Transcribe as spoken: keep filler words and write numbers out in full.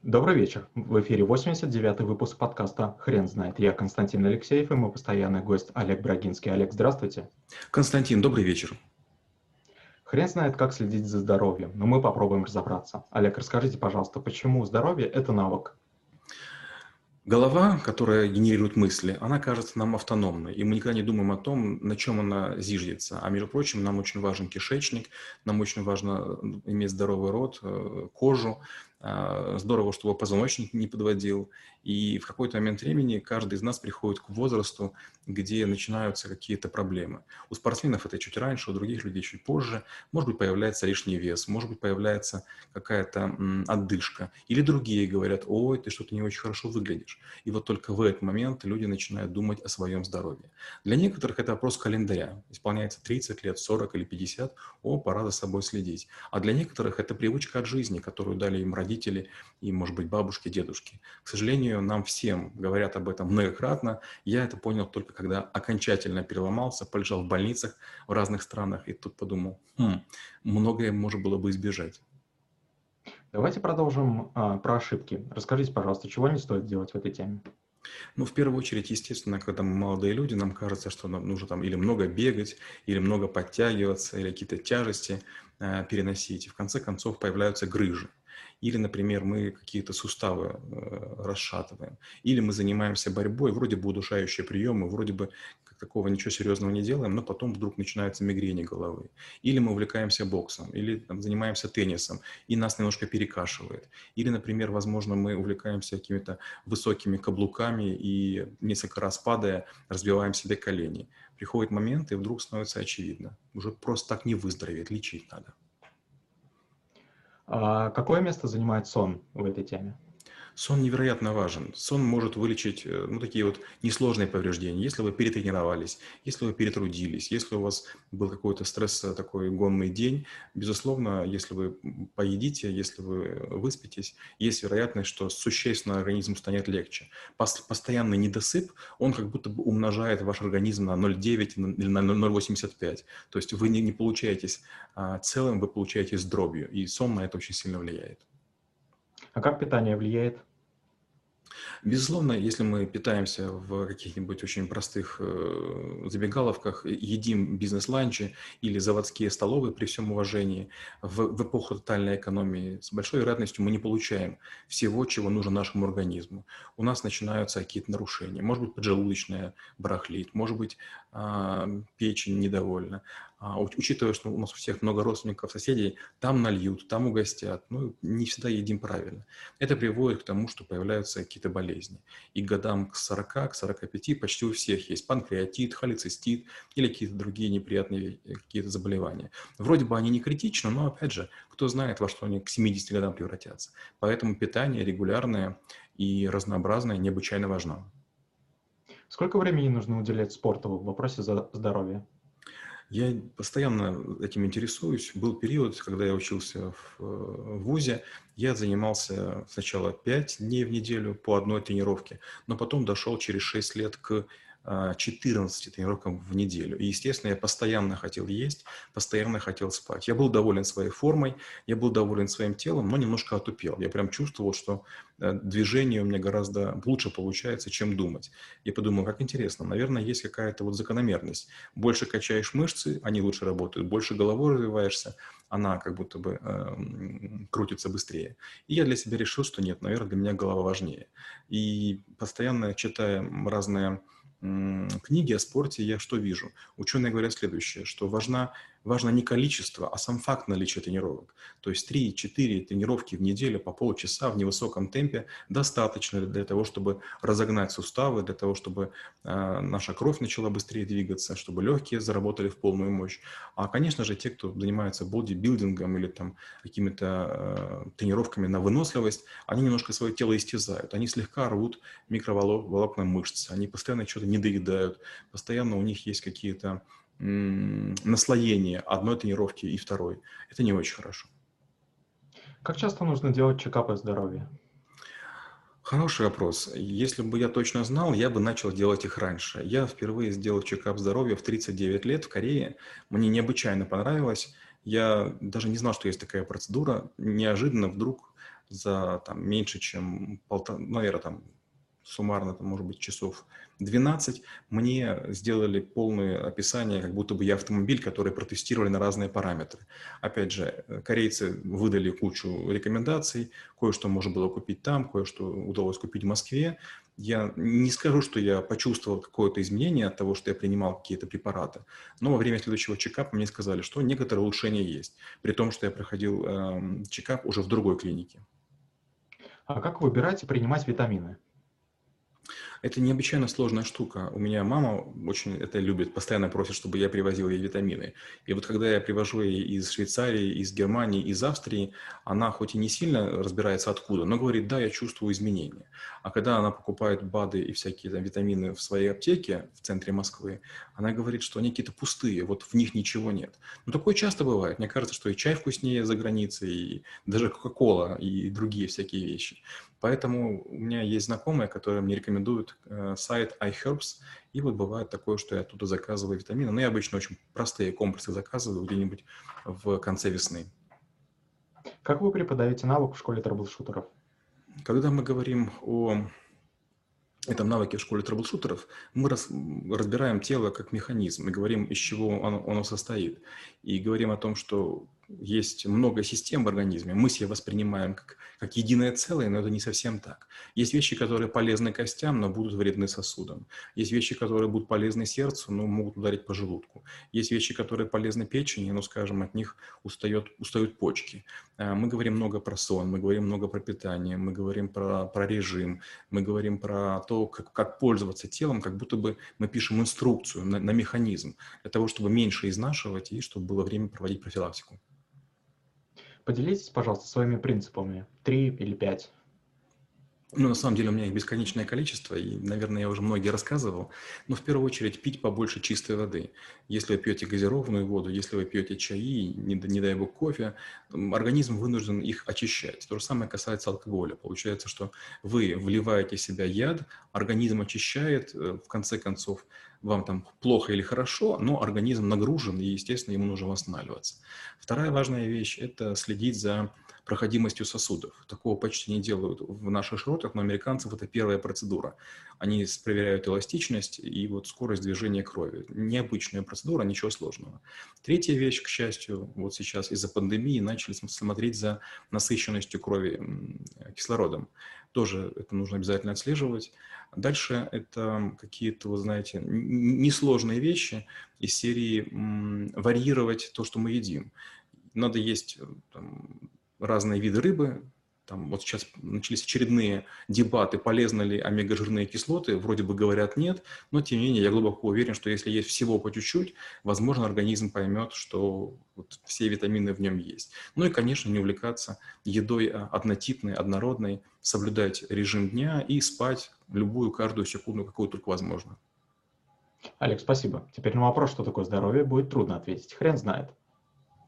Добрый вечер. В эфире восемьдесят девятый выпуск подкаста «Хрен знает». Я Константин Алексеев и мой постоянный гость Олег Брагинский. Олег, здравствуйте. Константин, добрый вечер. Хрен знает, как следить за здоровьем, но мы попробуем разобраться. Олег, расскажите, пожалуйста, почему здоровье– это навык? Голова, которая генерирует мысли, она кажется нам автономной, и мы никогда не думаем о том, на чем она зиждется. А между прочим, нам очень важен кишечник, нам очень важно иметь здоровый рот, э, кожу. А, Здорово, чтобы позвоночник не подводил. И в какой-то момент времени каждый из нас приходит к возрасту, где начинаются какие-то проблемы. У спортсменов это чуть раньше, у других людей чуть позже. Может быть, появляется лишний вес, может быть, появляется какая-то м, отдышка. Или другие говорят: ой, ты что-то не очень хорошо выглядишь. И вот только в этот момент люди начинают думать о своем здоровье. Для некоторых это вопрос календаря. Исполняется тридцать лет, сорок или пятьдесят, о, пора за собой следить. А для некоторых это привычка от жизни, которую дали им родители и, может быть, бабушки, дедушки. К сожалению, нам всем говорят об этом многократно. Я это понял только когда окончательно переломался, полежал в больницах в разных странах, и тут подумал, хм, многое можно было бы избежать. Давайте продолжим а, про ошибки. Расскажите, пожалуйста, чего не стоит делать в этой теме? Ну, в первую очередь, естественно, когда мы молодые люди, нам кажется, что нам нужно там или много бегать, или много подтягиваться, или какие-то тяжести э, переносить. И в конце концов появляются грыжи. Или, например, мы какие-то суставы э, расшатываем. Или мы занимаемся борьбой, вроде бы удушающие приемы, вроде бы как такого ничего серьезного не делаем, но потом вдруг начинаются мигрени головы. Или мы увлекаемся боксом, или там, занимаемся теннисом, и нас немножко перекашивает. Или, например, возможно, мы увлекаемся какими-то высокими каблуками и несколько раз падая, разбиваем себе колени. Приходит момент, и вдруг становится очевидно. Уже просто так не выздороветь, лечить надо. А, какое место занимает сон в этой теме? Сон невероятно важен. Сон может вылечить э, ну, такие вот несложные повреждения. Если вы перетренировались, если вы перетрудились, если у вас был какой-то стресс, э, такой гонный день, безусловно, если вы поедите, если вы выспитесь, есть вероятность, что существенно организм станет легче. Пос- постоянный недосып, он как будто бы умножает ваш организм на ноль целых девять или на ноль целых восемьдесят пять. То есть вы не, не получаетесь а, целым, вы получаетесь дробью. И сон на это очень сильно влияет. А как питание влияет? Безусловно, если мы питаемся в каких-нибудь очень простых э, забегаловках, едим бизнес-ланчи или заводские столовые, при всем уважении, в, в эпоху тотальной экономии, с большой вероятностью мы не получаем всего, чего нужно нашему организму. У нас начинаются какие-то нарушения. Может быть, поджелудочная барахлит, может быть, а, печень недовольна. А, учитывая, что у нас у всех много родственников, соседей, там нальют, там угостят. Ну, не всегда едим правильно. Это приводит к тому, что появляются какие-то болезни. И к годам к сорока, к сорока пяти почти у всех есть панкреатит, холецистит или какие-то другие неприятные какие-то заболевания. Вроде бы они не критичны, но, опять же, кто знает, во что они к семидесяти годам превратятся. Поэтому питание регулярное и разнообразное необычайно важно. Сколько времени нужно уделять спорту в вопросе за- здоровья? Я постоянно этим интересуюсь. Был период, когда я учился в, э, в ВУЗе, я занимался сначала пять дней в неделю по одной тренировке, но потом дошел через шесть лет к а, четырнадцати тренировкам в неделю. И, естественно, я постоянно хотел есть, постоянно хотел спать. Я был доволен своей формой, я был доволен своим телом, но немножко отупел. Я прям чувствовал, что э, движение у меня гораздо лучше получается, чем думать. Я подумал, как интересно, наверное, есть какая-то вот закономерность. Больше качаешь мышцы, они лучше работают, больше головой развиваешься, она как будто бы э, крутится быстрее. И я для себя решил, что нет, наверное, для меня голова важнее. И постоянно читая разные м, книги о спорте, я что вижу? Ученые говорят следующее, что важна, важно не количество, а сам факт наличия тренировок. То есть три-четыре тренировки в неделю по полчаса в невысоком темпе достаточно для того, чтобы разогнать суставы, для того, чтобы э, наша кровь начала быстрее двигаться, чтобы легкие заработали в полную мощь. А, конечно же, те, кто занимается бодибилдингом или там какими-то э, тренировками на выносливость, они немножко свое тело истязают. Они слегка рвут микроволокна мышц, они постоянно что-то недоедают, постоянно у них есть какие-то м, наслоения одной тренировки и второй. Это не очень хорошо. Как часто нужно делать чекапы здоровья? Хороший вопрос. Если бы я точно знал, я бы начал делать их раньше. Я впервые сделал чекап здоровья в тридцать девять лет в Корее. Мне необычайно понравилось. Я даже не знал, что есть такая процедура. Неожиданно вдруг за там, меньше, чем полтора, наверное, там, суммарно, там, может быть, часов двенадцать, мне сделали полное описание, как будто бы я автомобиль, который протестировали на разные параметры. Опять же, корейцы выдали кучу рекомендаций, кое-что можно было купить там, кое-что удалось купить в Москве. Я не скажу, что я почувствовал какое-то изменение от того, что я принимал какие-то препараты, но во время следующего чекапа мне сказали, что некоторые улучшения есть, при том, что я проходил э, чекап уже в другой клинике. А как выбирать и принимать витамины? Это необычайно сложная штука. У меня мама очень это любит, постоянно просит, чтобы я привозил ей витамины. И вот когда я привожу ей из Швейцарии, из Германии, из Австрии, она хоть и не сильно разбирается откуда, но говорит, да, я чувствую изменения. А когда она покупает БАДы и всякие там витамины в своей аптеке в центре Москвы, она говорит, что они какие-то пустые, вот в них ничего нет. Ну, такое часто бывает. Мне кажется, что и чай вкуснее за границей, и даже Кока-Кола, и другие всякие вещи. Поэтому у меня есть знакомые, которые мне рекомендуют э, сайт iHerbs, и вот бывает такое, что я оттуда заказываю витамины, но я обычно очень простые комплексы заказываю где-нибудь в конце весны. Как вы преподаете навык в школе трэблшутеров? Когда мы говорим о этом навыке в школе трэблшутеров, мы рас, разбираем тело как механизм и говорим, из чего оно, оно состоит. И говорим о том, что есть много систем в организме, мы себя воспринимаем как, как единое целое, но это не совсем так. Есть вещи, которые полезны костям, но будут вредны сосудам. Есть вещи, которые будут полезны сердцу, но могут ударить по желудку. Есть вещи, которые полезны печени, но, скажем, от них устает, устают почки. Мы говорим много про сон, мы говорим много про питание, мы говорим про, про режим, мы говорим про то, как, как пользоваться телом, как будто бы мы пишем инструкцию на, на механизм для того, чтобы меньше изнашивать и чтобы было время проводить профилактику. Поделитесь, пожалуйста, своими принципами. Три или пять. Ну, на самом деле у меня их бесконечное количество, и, наверное, я уже многие рассказывал. Но в первую очередь пить побольше чистой воды. Если вы пьете газированную воду, если вы пьете чаи, не, не дай бог кофе, организм вынужден их очищать. То же самое касается алкоголя. Получается, что вы вливаете в себя яд, организм очищает, в конце концов, вам там плохо или хорошо, но организм нагружен, и, естественно, ему нужно восстанавливаться. Вторая важная вещь – это следить за проходимостью сосудов. Такого почти не делают в наших широтах, но американцев это первая процедура. Они проверяют эластичность и вот скорость движения крови. Необычная процедура, ничего сложного. Третья вещь, к счастью, вот сейчас из-за пандемии начали смотреть за насыщенностью крови кислородом. Тоже это нужно обязательно отслеживать. Дальше это какие-то, вы знаете, несложные вещи из серии варьировать то, что мы едим. Надо есть там, разные виды рыбы. Там вот сейчас начались очередные дебаты, полезны ли омега-жирные кислоты. Вроде бы говорят нет, но тем не менее я глубоко уверен, что если есть всего по чуть-чуть, возможно, организм поймет, что вот все витамины в нем есть. Ну и, конечно, не увлекаться едой однотипной, однородной, соблюдать режим дня и спать любую, каждую секунду, какую только возможно. Олег, спасибо. Теперь на вопрос, что такое здоровье, будет трудно ответить. Хрен знает.